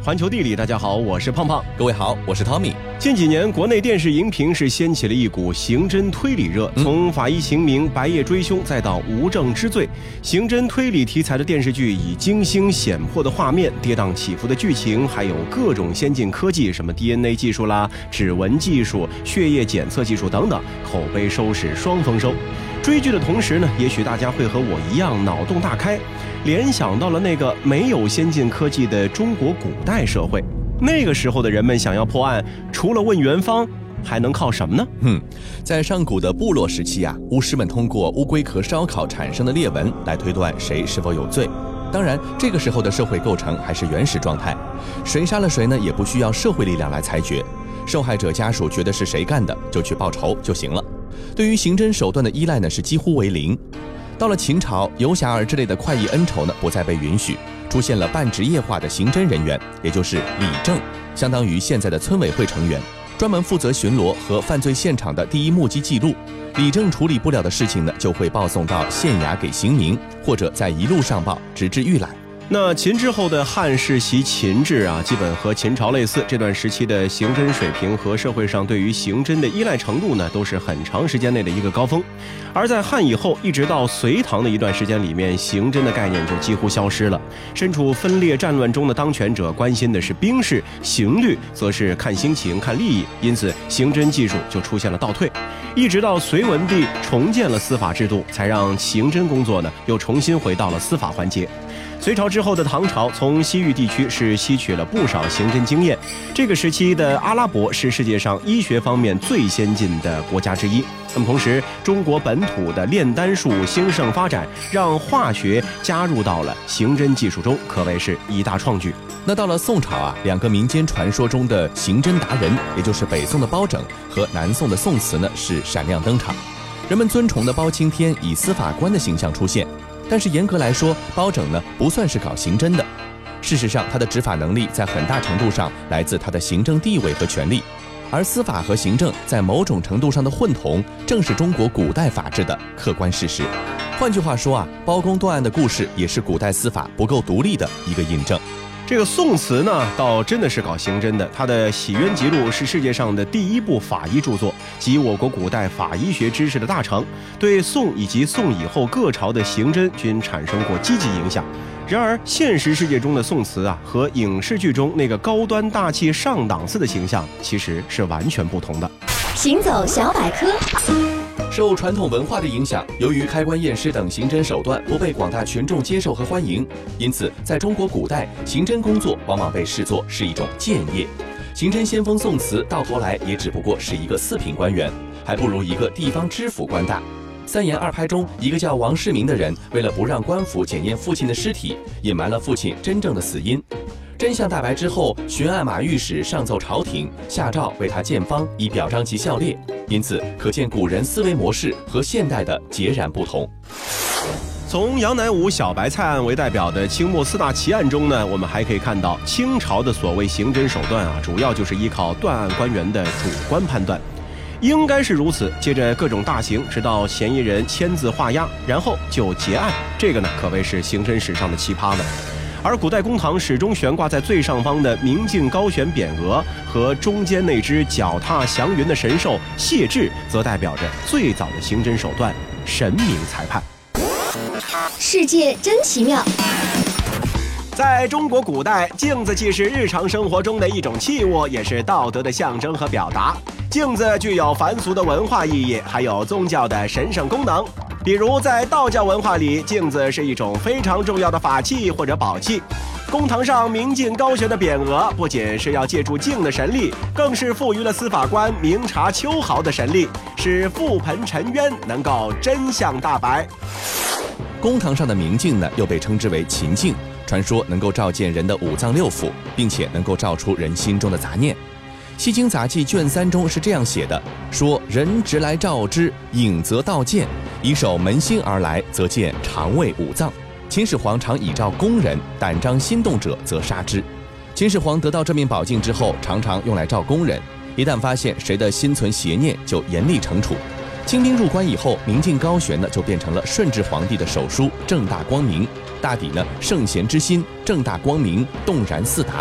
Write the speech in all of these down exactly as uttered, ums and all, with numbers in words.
环球地理，大家好，我是胖胖。 各位好，我是 Tommy。 近几年，国内电视荧屏是掀起了一股刑侦推理热，从法医秦明、白夜追凶，再到无证之罪，刑侦推理题材的电视剧以惊心险迫的画面、跌宕起伏的剧情，还有各种先进科技，什么 D N A 技术啦、指纹技术、血液检测技术等等，口碑收视双丰收。追剧的同时呢，也许大家会和我一样脑洞大开，联想到了那个没有先进科技的中国古代社会。那个时候的人们想要破案，除了问元芳，还能靠什么呢？ 嗯，在上古的部落时期啊，巫师们通过乌龟壳烧烤产生的裂纹来推断谁是否有罪。当然，这个时候的社会构成还是原始状态，谁杀了谁呢，也不需要社会力量来裁决。受害者家属觉得是谁干的，就去报仇就行了。对于刑侦手段的依赖呢，是几乎为零。到了秦朝，游侠儿之类的快意恩仇呢，不再被允许，出现了半职业化的刑侦人员，也就是理政，相当于现在的村委会成员，专门负责巡逻和犯罪现场的第一目击记录。理政处理不了的事情呢，就会报送到县衙给刑名，或者再一路上报，直至预览。 那秦之后的汉世袭秦制啊，基本和秦朝类似。这段时期的刑侦水平和社会上对于刑侦的依赖程度呢，都是很长时间内的一个高峰。而在汉以后，一直到隋唐的一段时间里面，刑侦的概念就几乎消失了。身处分裂战乱中的当权者关心的是兵事，刑律则是看心情、看利益，因此刑侦技术就出现了倒退。一直到隋文帝重建了司法制度，才让刑侦工作呢又重新回到了司法环节。隋朝之后的唐朝，从西域地区是吸取了不少刑侦经验。这个时期的阿拉伯是世界上医学方面最先进的国家之一。那么同时，中国本土的炼丹术兴盛发展，让化学加入到了刑侦技术中，可谓是一大创举。 那到了宋朝啊，两个民间传说中的刑侦达人，也就是北宋的包拯和南宋的宋慈呢，是闪亮登场。人们尊崇的包青天以司法官的形象出现。但是严格来说，包拯呢不算是搞刑侦的。事实上，他的执法能力在很大程度上来自他的行政地位和权力，而司法和行政在某种程度上的混同，正是中国古代法治的客观事实。换句话说啊，包公断案的故事也是古代司法不够独立的一个印证。 这个宋慈呢，倒真的是搞刑侦的。他的《洗冤集录》是世界上的第一部法医著作，集我国古代法医学知识的大成，对宋以及宋以后各朝的刑侦均产生过积极影响。然而，现实世界中的宋慈啊，和影视剧中那个高端大气上档次的形象，其实是完全不同的。 行走小百科。 受传统文化的影响，由于开棺验尸等刑侦手段不被广大群众接受和欢迎，因此在中国古代，刑侦工作往往被视作是一种贱业。刑侦先锋宋慈到头来也只不过是一个四品官员，还不如一个地方知府官大。三言二拍中，一个叫王世民的人，为了不让官府检验父亲的尸体，隐瞒了父亲真正的死因。真相大白之后，巡按马御史上奏朝廷，下诏为他建方，以表彰其孝烈。因此，可见古人思维模式和现代的截然不同。 从杨乃武小白菜案为代表的清末四大奇案中呢，我们还可以看到清朝的所谓刑侦手段啊，主要就是依靠断案官员的主观判断。应该是如此，接着各种大刑，直到嫌疑人签字画押，然后就结案。这个呢，可谓是刑侦史上的奇葩了。而古代公堂始终悬挂在最上方的明镜高悬匾额和中间那只脚踏祥云的神兽谢豸，则代表着最早的刑侦手段——神明裁判。 世界真奇妙。 在中国古代，镜子既是日常生活中的一种器物，也是道德的象征和表达。镜子具有凡俗的文化意义，还有宗教的神圣功能。比如在道教文化里，镜子是一种非常重要的法器或者宝器。公堂上明镜高悬的匾额，不仅是要借助镜的神力，更是赋予了司法官明察秋毫的神力，使覆盆沉冤能够真相大白。 公堂上的明镜呢，又被称之为秦镜，传说能够照见人的五脏六腑，并且能够照出人心中的杂念。《西京杂记》卷三中是这样写的，说人直来照之，影则道见，以守门心而来，则见肠胃五脏。秦始皇常以照宫人，胆张心动者则杀之。秦始皇得到这面宝镜之后，常常用来照宫人，一旦发现谁的心存邪念，就严厉惩处。清兵入关以后，明镜高悬呢，就变成了顺治皇帝的手书，正大光明。大抵呢，圣贤之心，正大光明，动然四达。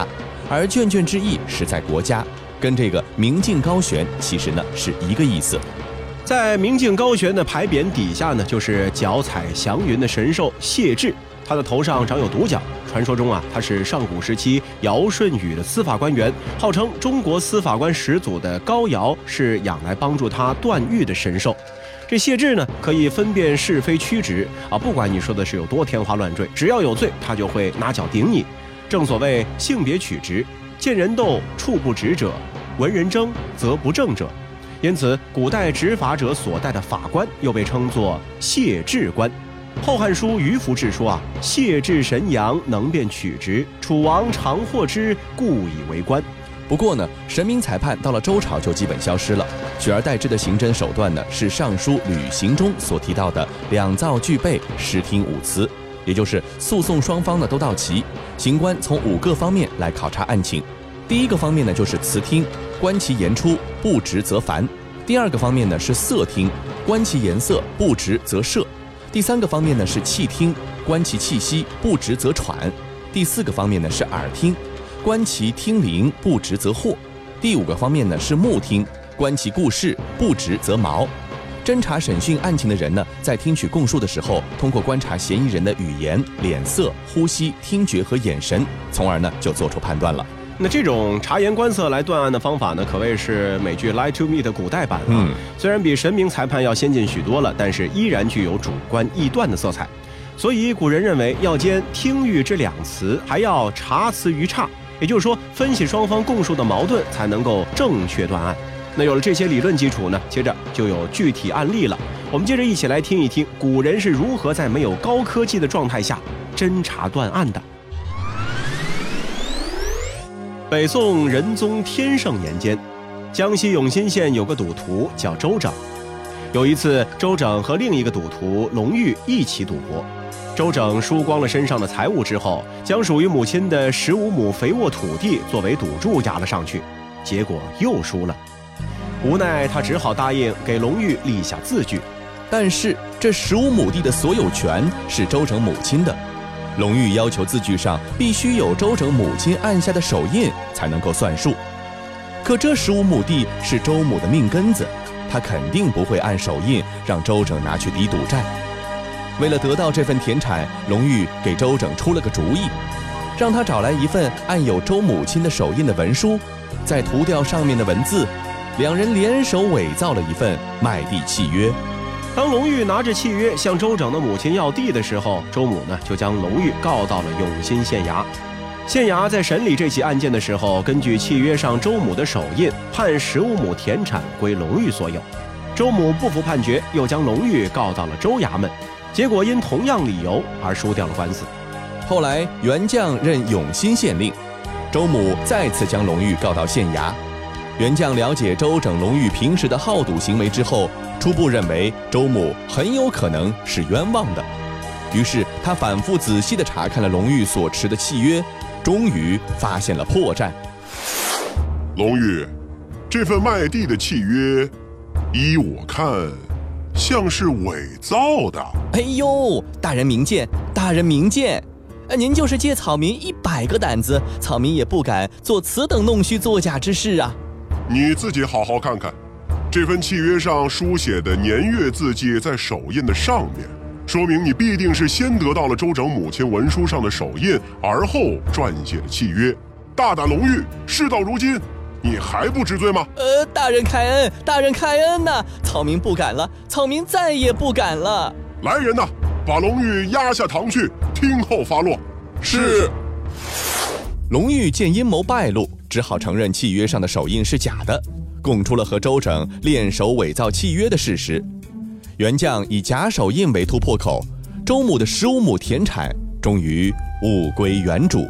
而卷卷之意是在国家，跟这个明镜高悬其实呢是一个意思。 在明镜高悬的牌匾底下呢，就是脚踩祥云的神兽谢豸，他的头上长有独角。传说中啊，他是上古时期尧舜禹的司法官员，号称中国司法官始祖的高尧是养来帮助他断狱的神兽。这谢豸呢，可以分辨是非曲直啊，不管你说的是有多天花乱坠，只要有罪，他就会拿脚顶你。正所谓性别曲直，见人斗处不直者，闻人争则不正者。因此，古代执法者所戴的法冠又被称作谢豸冠。《后汉书·渔父志》说啊，谢豸神阳，能辨曲直，楚王常获之，故以为冠。 不过呢，神明裁判到了周朝就基本消失了，取而代之的刑侦手段呢，是《尚书·吕刑》中所提到的两造俱备，实听五辞，也就是诉讼双方呢都到齐，刑官从五个方面来考察案情。第一个方面呢就是词听，观其言出，不直则烦；第二个方面呢是色听，观其颜色，不直则摄；第三个方面呢是气听，观其气息，不直则喘；第四个方面呢是耳听，观其听灵，不直则惑；第五个方面呢是目听，观其故事，不直则毛。侦查审讯案情的人呢，在听取供述的时候，通过观察嫌疑人的语言、脸色、呼吸、听觉和眼神，从而呢就做出判断了。 那这种察言观色来断案的方法呢，可谓是美剧《Lie to Me》的古代版啊。 嗯， 虽然比神明裁判要先进许多了，但是依然具有主观臆断的色彩。所以古人认为，要兼听喻之两词，还要察词于差，也就是说，分析双方供述的矛盾，才能够正确断案。那有了这些理论基础呢，接着就有具体案例了。我们接着一起来听一听古人是如何在没有高科技的状态下侦查断案的。北宋仁宗天圣年间，江西永新县有个赌徒叫周整。有一次，周整和另一个赌徒龙玉一起赌博，周整输光了身上的财物之后，将属于母亲的十五亩肥沃土地作为赌注押了上去，结果又输了。无奈他只好答应给龙玉立下字据， 但是这十五亩地的所有权是周整母亲的。龙玉要求字据上必须有周整母亲按下的手印才能够算数，可这十五亩地是周母的命根子，他肯定不会按手印让周整拿去抵赌债。为了得到这份田产，龙玉给周整出了个主意，让他找来一份按有周母亲的手印的文书，再涂掉上面的文字，两人联手伪造了一份卖地契约。 当龙玉拿着契约向周整的母亲要地的时候，周母呢就将龙玉告到了永新县衙。县衙在审理这起案件的时候，根据契约上周母的手印，判十五亩田产归龙玉所有。周母不服判决，又将龙玉告到了州衙门，结果因同样理由而输掉了官司。 后来元将任永新县令，周母再次将龙玉告到县衙。元将了解周整、龙玉平时的好赌行为之后，初步认为周母很有可能是冤枉的，于是他反复仔细地查看了龙玉所持的契约，终于发现了破绽。 龙玉，这份卖地的契约，依我看，像是伪造的。 哎呦，大人明鉴，大人明鉴，您就是借草民一百个胆子，草民也不敢做此等弄虚作假之事啊！ 你自己好好看看，这份契约上书写的年月字迹在手印的上面，说明你必定是先得到了周整母亲文书上的手印，而后撰写的契约。大胆龙玉，事到如今，你还不知罪吗？ 呃，大人开恩，大人开恩呐、啊！草民不敢了，草民再也不敢了。 来人呐，把龙玉押下堂去，听候发落。 是。龙玉见阴谋败露，只好承认契约上的手印是假的，供出了和周整联手伪造契约的事实。元将以假手印为突破口，周母的十五亩田产终于物归原主。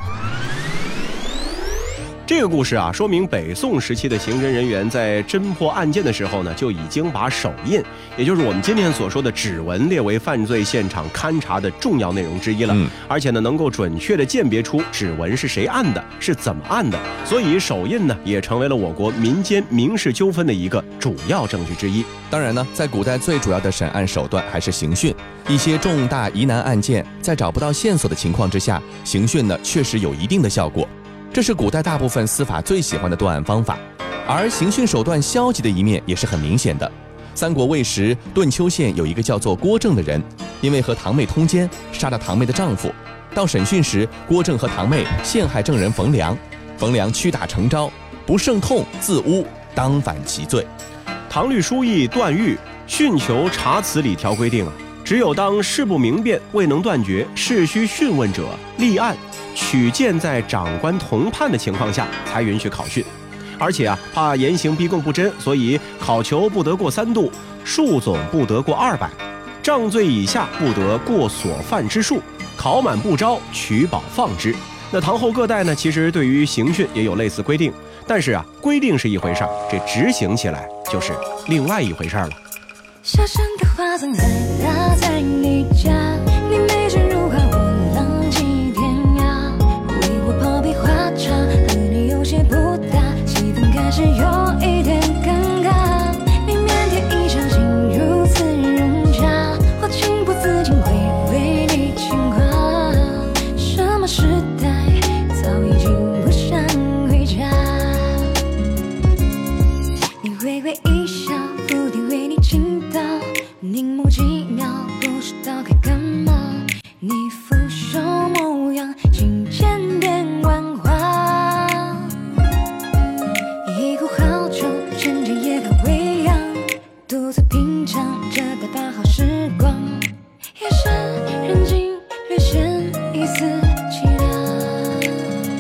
这个故事啊，说明北宋时期的刑侦人员在侦破案件的时候呢，就已经把手印，也就是我们今天所说的指纹，列为犯罪现场勘查的重要内容之一了。嗯、而且呢，能够准确地鉴别出指纹是谁按的，是怎么按的，所以手印呢，也成为了我国民间民事纠纷的一个主要证据之一。 当然呢，在古代最主要的审案手段还是刑讯，一些重大疑难案件，在找不到线索的情况之下，刑讯呢确实有一定的效果。 这是古代大部分司法最喜欢的断案方法。而刑讯手段消极的一面也是很明显的。三国魏时，顿丘县有一个叫做郭正的人，因为和堂妹通奸，杀了堂妹的丈夫。到审讯时，郭正和堂妹陷害证人冯良，冯良屈打成招，不胜痛自污，当反其罪。 唐律疏议段誉讯求查词里条规定啊，只有当事不明辨，未能断绝，事需讯问者，立案取见在长官同判的情况下，才允许考讯。而且啊，怕严刑逼供不真，所以考求不得过三度，数总不得过二百，杖罪以下不得过所犯之数，考满不招，取保放之。那唐后各代呢，其实对于刑讯也有类似规定，但是啊，规定是一回事儿，这执行起来就是另外一回事儿了。 小山的花总还落在你家，你美人如花，我浪迹天涯。为我泡杯花茶，和你有些不搭，气氛开始有一点尴尬。你腼腆一场景如此融洽，我情不自禁会为你牵挂。什么时代早已经不想回家。你微微一笑，蝴蝶为你倾倒，凝目几秒，不知道该干嘛。你俯首模样，轻渐变万花。一壶好酒，趁着夜高微扬，独自品尝着大把好时光。夜深人静，略显一丝凄凉。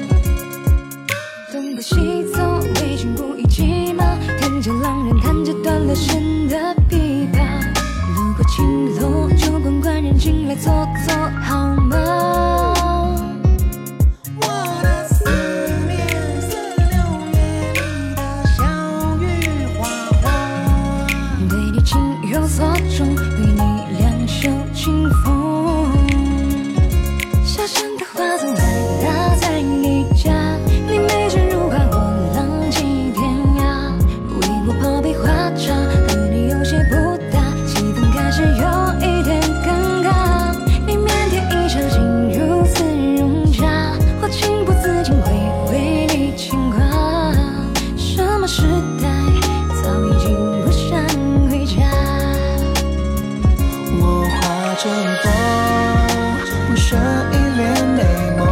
东奔西走，未寻不一骑马，天降浪人弹着断了弦的琵琶。路过青楼，酒馆官人进来坐坐好吗？ 我的思念似六月里的小雨哗哗， 对你情有所钟，对你两袖清风。小山的花总还落在你家，你美人如花，我浪迹天涯。为我泡杯花茶，和你有些不搭，气氛开始有一点尴尬。你腼腆一场景如此融洽，我情不自禁会为你牵挂。什么时代早已经不想回家。 我画着梦，不舍一帘美梦，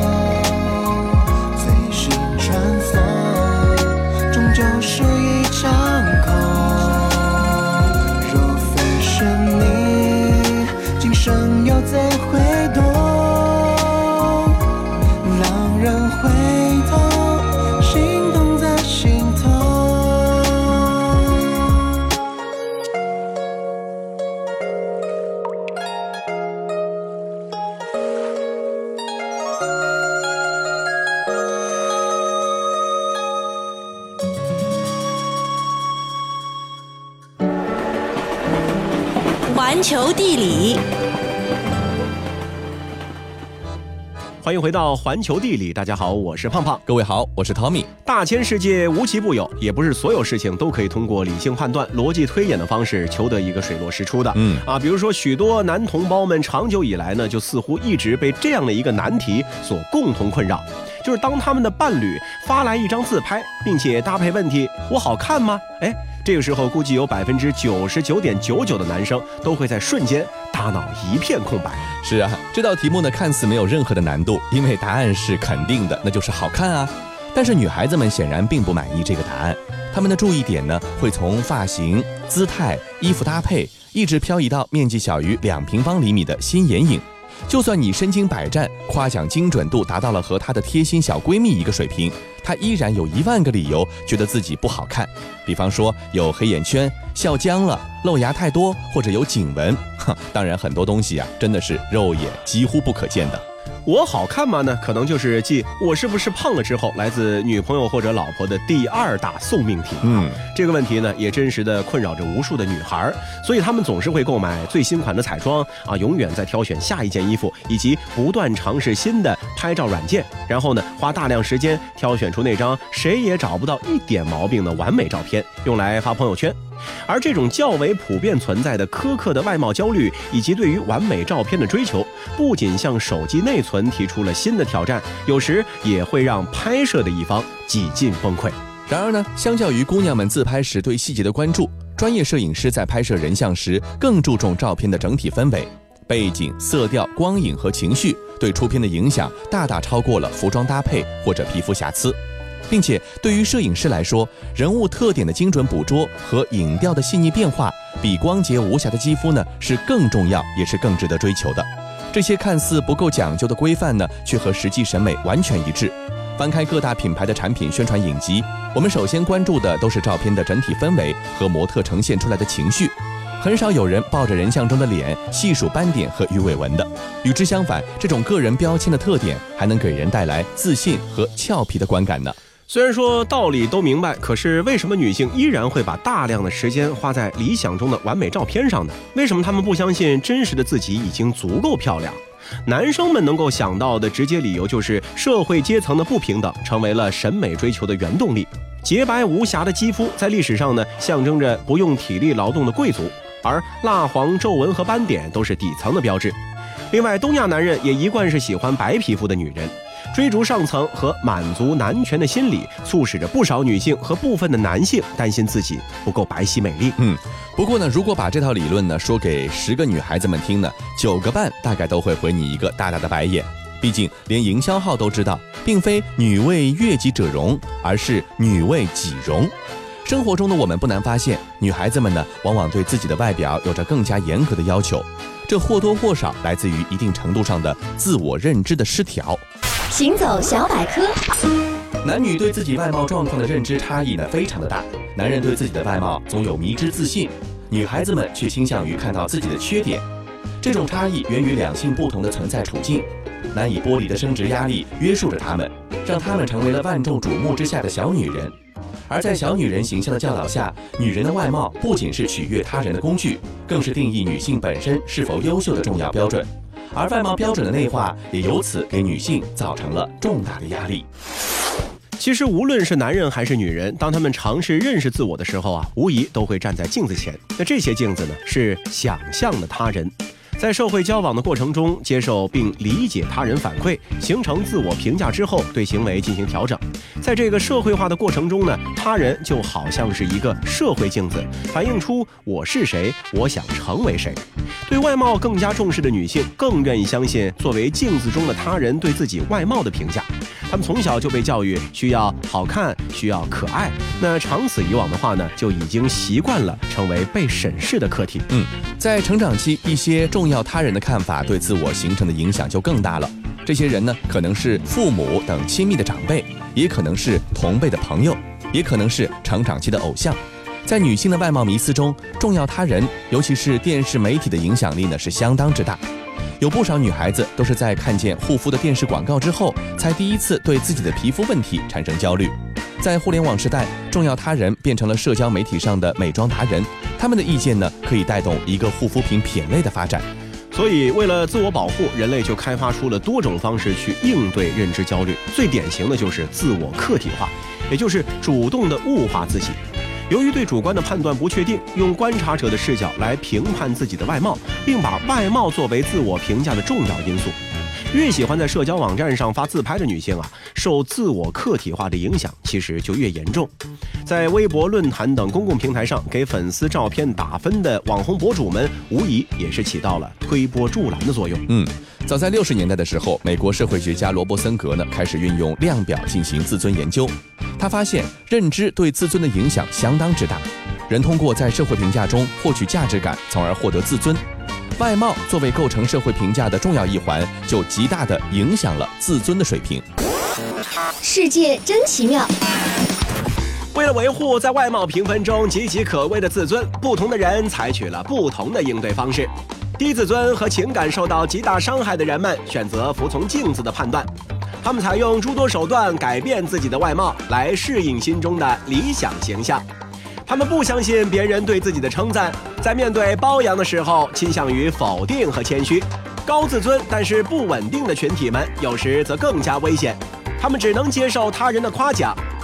随心穿梭，终究是一场空。若非是你，今生又怎会懂？让人回头，心动在心头。 环球地理， 欢迎回到环球地理，大家好，我是胖胖。 各位好，我是 Tommy。 大千世界无奇不有，也不是所有事情都可以通过理性判断、逻辑推演的方式求得一个水落石出的。 嗯啊，比如说许多男同胞们长久以来呢，就似乎一直被这样的一个难题所共同困扰，就是当他们的伴侣发来一张自拍，并且搭配问题“我好看吗？”哎，这个时候估计有百分之九十九点九九的男生都会在瞬间大脑一片空白。 是啊，这道题目呢看似没有任何的难度，因为答案是肯定的，那就是好看啊。但是女孩子们显然并不满意这个答案，她们的注意点呢会从发型、姿态、衣服搭配，一直漂移到面积小于两平方厘米的新眼影。就算你身经百战，夸奖精准度达到了和她的贴心小闺蜜一个水平，她依然有一万个理由觉得自己不好看。比方说有黑眼圈、笑僵了、露牙太多，或者有颈纹。哼，当然很多东西啊，真的是肉眼几乎不可见的。 我好看吗呢？可能就是继我是不是胖了之后，来自女朋友或者老婆的第二大送命题。 嗯， 这个问题呢，也真实的困扰着无数的女孩，所以她们总是会购买最新款的彩妆啊，永远在挑选下一件衣服，以及不断尝试新的拍照软件，然后呢，花大量时间挑选出那张谁也找不到一点毛病的完美照片，用来发朋友圈。 而这种较为普遍存在的苛刻的外貌焦虑，以及对于完美照片的追求，不仅向手机内存提出了新的挑战，有时也会让拍摄的一方几近崩溃。 然而呢，相较于姑娘们自拍时对细节的关注，专业摄影师在拍摄人像时更注重照片的整体氛围。背景、色调、光影和情绪对出片的影响大大超过了服装搭配或者皮肤瑕疵，并且对于摄影师来说，人物特点的精准捕捉和影调的细腻变化，比光洁无瑕的肌肤呢是更重要，也是更值得追求的。这些看似不够讲究的规范呢，却和实际审美完全一致。翻开各大品牌的产品宣传影集，我们首先关注的都是照片的整体氛围和模特呈现出来的情绪。很少有人抱着人像中的脸细数斑点和鱼尾纹的。与之相反，这种个人标签的特点还能给人带来自信和俏皮的观感呢。 虽然说道理都明白，可是为什么女性依然会把大量的时间花在理想中的完美照片上呢？为什么她们不相信真实的自己已经足够漂亮？男生们能够想到的直接理由就是社会阶层的不平等成为了审美追求的原动力。洁白无瑕的肌肤在历史上呢，象征着不用体力劳动的贵族，而蜡黄、皱纹和斑点都是底层的标志。另外，东亚男人也一贯是喜欢白皮肤的女人，追逐上层和满足男权的心理，促使着不少女性和部分的男性担心自己不够白皙美丽。 嗯，不过呢，如果把这套理论呢说给十个女孩子们听呢，九个半大概都会回你一个大大的白眼。毕竟连营销号都知道，并非女为悦己者容，而是女为己容。生活中的我们不难发现，女孩子们呢，往往对自己的外表有着更加严格的要求，这或多或少来自于一定程度上的自我认知的失调。 行走小百科。 男女对自己外貌状况的认知差异呢非常的大，男人对自己的外貌总有迷之自信，女孩子们却倾向于看到自己的缺点。这种差异源于两性不同的存在处境，难以剥离的生殖压力约束着她们，让她们成为了万众瞩目之下的小女人。而在小女人形象的教导下，女人的外貌不仅是取悦他人的工具，更是定义女性本身是否优秀的重要标准。而外貌标准的内化也由此给女性造成了重大的压力。 其实无论是男人还是女人，当他们尝试认识自我的时候啊，无疑都会站在镜子前。那这些镜子呢，是想象的他人。在社会交往的过程中，接受并理解他人反馈，形成自我评价之后，对行为进行调整。在这个社会化的过程中呢，他人就好像是一个社会镜子，反映出我是谁，我想成为谁。对外貌更加重视的女性，更愿意相信作为镜子中的他人对自己外貌的评价。她们从小就被教育需要好看，需要可爱。那长此以往的话呢，就已经习惯了成为被审视的客体。 嗯，在成长期，一些重要他人的看法对自我形成的影响就更大了。这些人呢，可能是父母等亲密的长辈，也可能是同辈的朋友，也可能是成长期的偶像。在女性的外貌迷思中，重要他人，尤其是电视媒体的影响力呢，是相当之大。有不少女孩子都是在看见护肤的电视广告之后，才第一次对自己的皮肤问题产生焦虑。在互联网时代，重要他人变成了社交媒体上的美妆达人，他们的意见呢，可以带动一个护肤品品类的发展。 所以为了自我保护，人类就开发出了多种方式去应对认知焦虑。最典型的就是自我客体化，也就是主动的物化自己。由于对主观的判断不确定，用观察者的视角来评判自己的外貌，并把外貌作为自我评价的重要因素。越喜欢在社交网站上发自拍的女性啊，受自我客体化的影响其实就越严重。在微博、论坛等公共平台上给粉丝照片打分的网红博主们，无疑也是起到了推波助澜的作用。 嗯，早在六十年代的时候，美国社会学家罗伯森格呢开始运用量表进行自尊研究。他发现认知对自尊的影响相当之大，人通过在社会评价中获取价值感，从而获得自尊。外貌作为构成社会评价的重要一环，就极大地影响了自尊的水平。 世界真奇妙。 为了维护在外貌评分中岌岌可危的自尊，不同的人采取了不同的应对方式。低自尊和情感受到极大伤害的人们选择服从镜子的判断，他们采用诸多手段改变自己的外貌，来适应心中的理想形象。他们不相信别人对自己的称赞，在面对褒扬的时候倾向于否定和谦虚。高自尊但是不稳定的群体们有时则更加危险，他们只能接受他人的夸奖，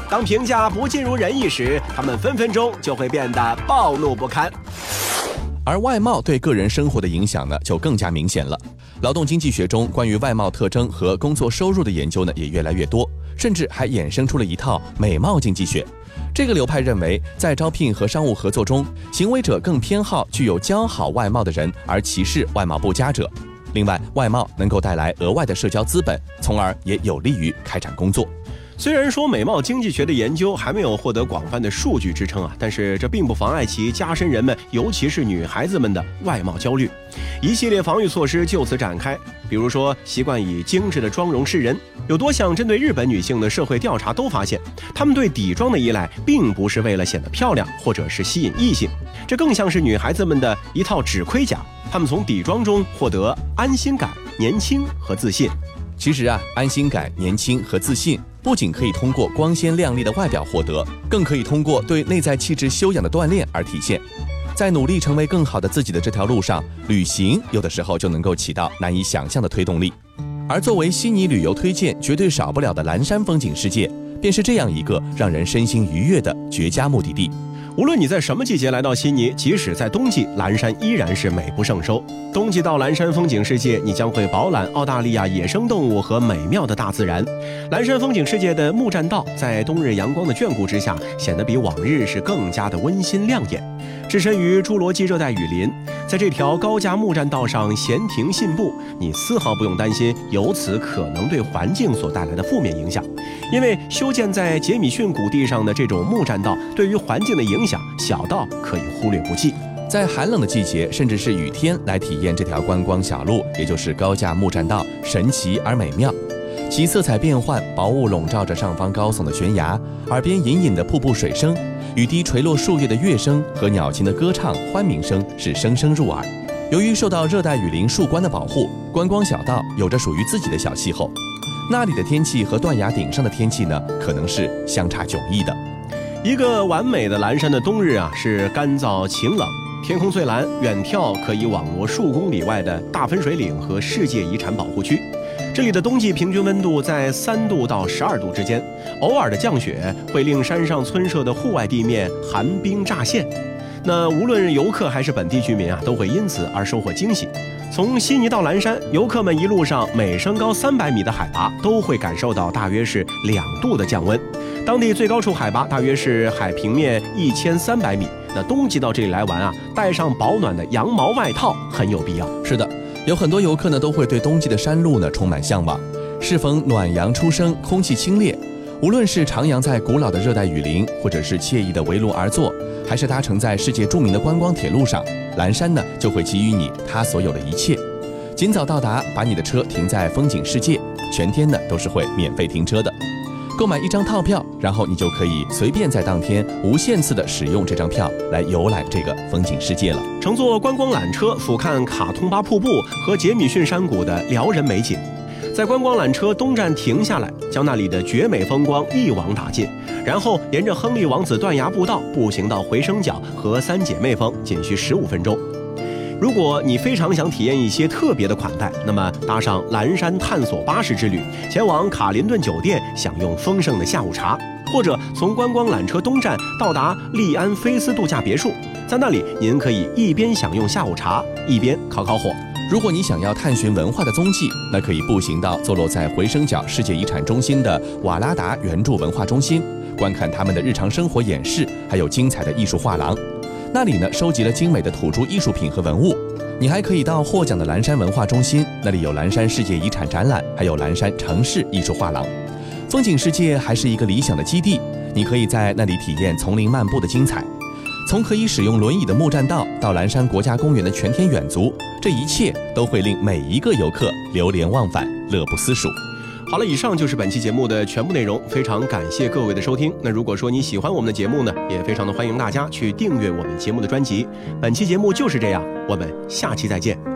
当评价不尽如人意时，他们分分钟就会变得暴怒不堪。 而外貌对个人生活的影响呢，就更加明显了。劳动经济学中关于外貌特征和工作收入的研究呢，也越来越多，甚至还衍生出了一套美貌经济学。这个流派认为，在招聘和商务合作中，行为者更偏好具有姣好外貌的人，而歧视外貌不佳者。另外，外貌能够带来额外的社交资本，从而也有利于开展工作。 虽然说美貌经济学的研究还没有获得广泛的数据支撑啊，但是这并不妨碍其加深人们，尤其是女孩子们的外貌焦虑。一系列防御措施就此展开，比如说习惯以精致的妆容示人。有多项针对日本女性的社会调查都发现，她们对底妆的依赖并不是为了显得漂亮或者是吸引异性，这更像是女孩子们的一套纸盔甲，她们从底妆中获得安心感、年轻和自信。 其实啊，安心感、年轻和自信不仅可以通过光鲜亮丽的外表获得，更可以通过对内在气质修养的锻炼而体现。在努力成为更好的自己的这条路上，旅行有的时候就能够起到难以想象的推动力。而作为悉尼旅游推荐绝对少不了的蓝山风景世界，便是这样一个让人身心愉悦的绝佳目的地。 无论你在什么季节来到悉尼，即使在冬季，蓝山依然是美不胜收。冬季到蓝山风景世界，你将会饱览澳大利亚野生动物和美妙的大自然。蓝山风景世界的木栈道在冬日阳光的眷顾之下，显得比往日是更加的温馨亮眼。置身于侏罗纪热带雨林，在这条高架木栈道上闲庭信步，你丝毫不用担心由此可能对环境所带来的负面影响，因为修建在杰米逊谷地上的这种木栈道对于环境的影响小到可以忽略不计。 在寒冷的季节，甚至是雨天来体验这条观光小路，也就是高架木栈道，神奇而美妙。其色彩变幻，薄雾笼罩着上方高耸的悬崖，耳边隐隐的瀑布水声，雨滴垂落树叶的乐声和鸟禽的歌唱欢鸣声是声声入耳。由于受到热带雨林树冠的保护，观光小道有着属于自己的小气候。那里的天气和断崖顶上的天气呢，可能是相差迥异的。 一个完美的蓝山的冬日啊，是干燥晴冷，天空最蓝，远眺可以网罗数公里外的大分水岭和世界遗产保护区。这里的冬季平均温度在三度到十二度之间，偶尔的降雪会令山上村舍的户外地面寒冰乍现。那无论游客还是本地居民啊，都会因此而收获惊喜。从悉尼到蓝山，游客们一路上每升高三百米的海拔，都会感受到大约是两度的降温。当地最高处海拔大约是海平面一千三百米。那冬季到这里来玩啊，带上保暖的羊毛外套很有必要。 是的，有很多游客呢都会对冬季的山路呢充满向往。适逢暖阳初升，空气清冽，无论是徜徉在古老的热带雨林，或者是惬意的围炉而坐，还是搭乘在世界著名的观光铁路上，蓝山呢就会给予你它所有的一切。尽早到达，把你的车停在风景世界，全天呢都是会免费停车的。购买一张套票，然后你就可以随便在当天无限次的使用这张票来游览这个风景世界了。 乘坐观光缆车俯瞰卡通巴瀑布和杰米逊山谷的撩人美景，在观光缆车东站停下来，将那里的绝美风光一网打尽，然后沿着亨利王子断崖步道步行到回声角和三姐妹峰，仅需十五分钟。如果你非常想体验一些特别的款待，那么搭上蓝山探索巴士之旅，前往卡林顿酒店享用丰盛的下午茶，或者从观光缆车东站到达利安菲斯度假别墅，在那里您可以一边享用下午茶，一边烤烤火。 如果你想要探寻文化的踪迹，那可以步行到坐落在回声角世界遗产中心的瓦拉达原住文化中心，观看他们的日常生活演示，还有精彩的艺术画廊。那里呢，收集了精美的土著艺术品和文物。你还可以到获奖的蓝山文化中心，那里有蓝山世界遗产展览，还有蓝山城市艺术画廊。风景世界还是一个理想的基地，你可以在那里体验丛林漫步的精彩。从可以使用轮椅的木栈道到蓝山国家公园的全天远足，这一切都会令每一个游客流连忘返，乐不思蜀。 好了，以上就是本期节目的全部内容，非常感谢各位的收听。那如果说你喜欢我们的节目呢，也非常的欢迎大家去订阅我们节目的专辑。本期节目就是这样，我们下期再见。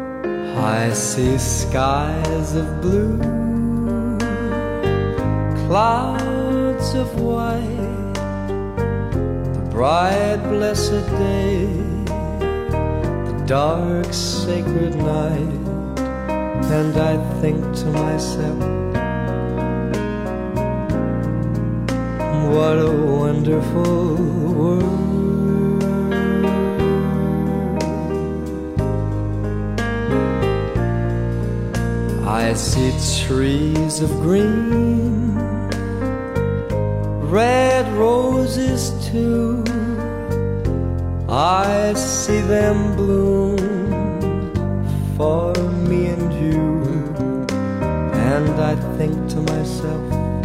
I see skies of blue, clouds of white, the bright blessed day, the dark sacred night, and I think to myself, What a wonderful world. I see trees of green, red roses too. I see them bloom for me and you. And I think to myself,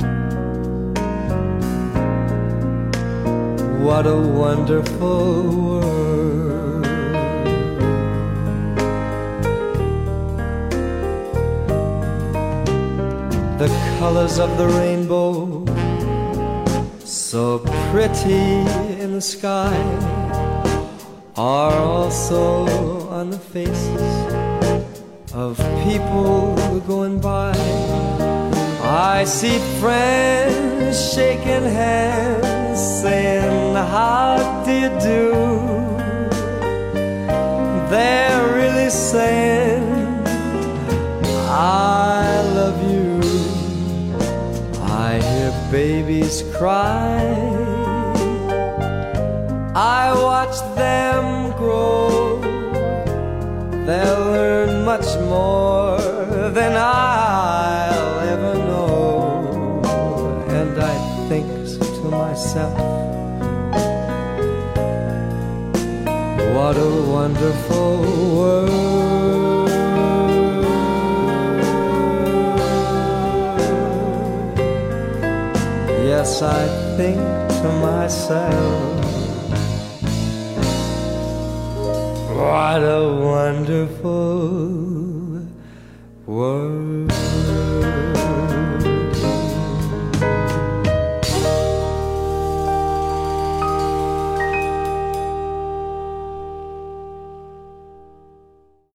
what a wonderful world. The colors of the rainbow, so pretty in the sky, are also on the faces of people going by. I see friends shaking hands, saying, how do you do? They're really saying, I love you. I hear babies cry, I watch them grow. They'll learn much more than I'll ever know. And I think to myself, what a wonderful world. Yes, I think to myself, what a wonderful world.